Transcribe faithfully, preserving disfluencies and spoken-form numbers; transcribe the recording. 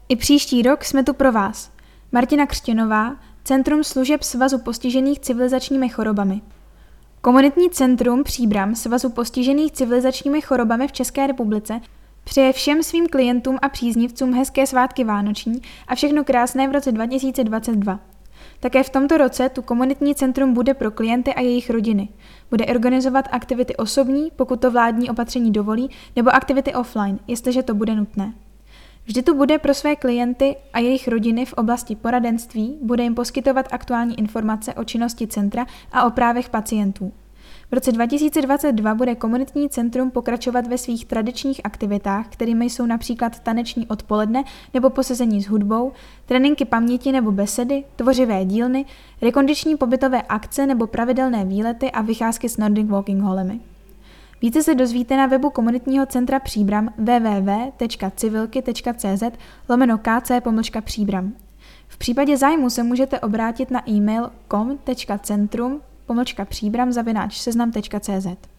I příští rok jsme tu pro vás. Martina Křtěnová, Centrum služeb Svazu postižených civilizačními chorobami. Komunitní centrum Příbram Svazu postižených civilizačními chorobami v České republice přeje všem svým klientům a příznivcům hezké svátky vánoční a všechno krásné v roce dva tisíce dvacet dva. Také v tomto roce tu komunitní centrum bude pro klienty a jejich rodiny. Bude organizovat aktivity osobní, pokud to vládní opatření dovolí, nebo aktivity offline, jestliže to bude nutné. Vždy tu bude pro své klienty a jejich rodiny v oblasti poradenství, bude jim poskytovat aktuální informace o činnosti centra a o právech pacientů. V roce dva tisíce dvacet dva bude komunitní centrum pokračovat ve svých tradičních aktivitách, kterými jsou například taneční odpoledne nebo posezení s hudbou, tréninky paměti nebo besedy, tvořivé dílny, rekondiční pobytové akce nebo pravidelné výlety a vycházky s Nordic Walking holemi. Více se dozvíte na webu komunitního centra Příbram w w w tečka civilky tečka c z lomeno kc pomlčka Příbram. V případě zájmu se můžete obrátit na e-mail kom tečka centrum pomlčka příbram zavináč seznam tečka cz.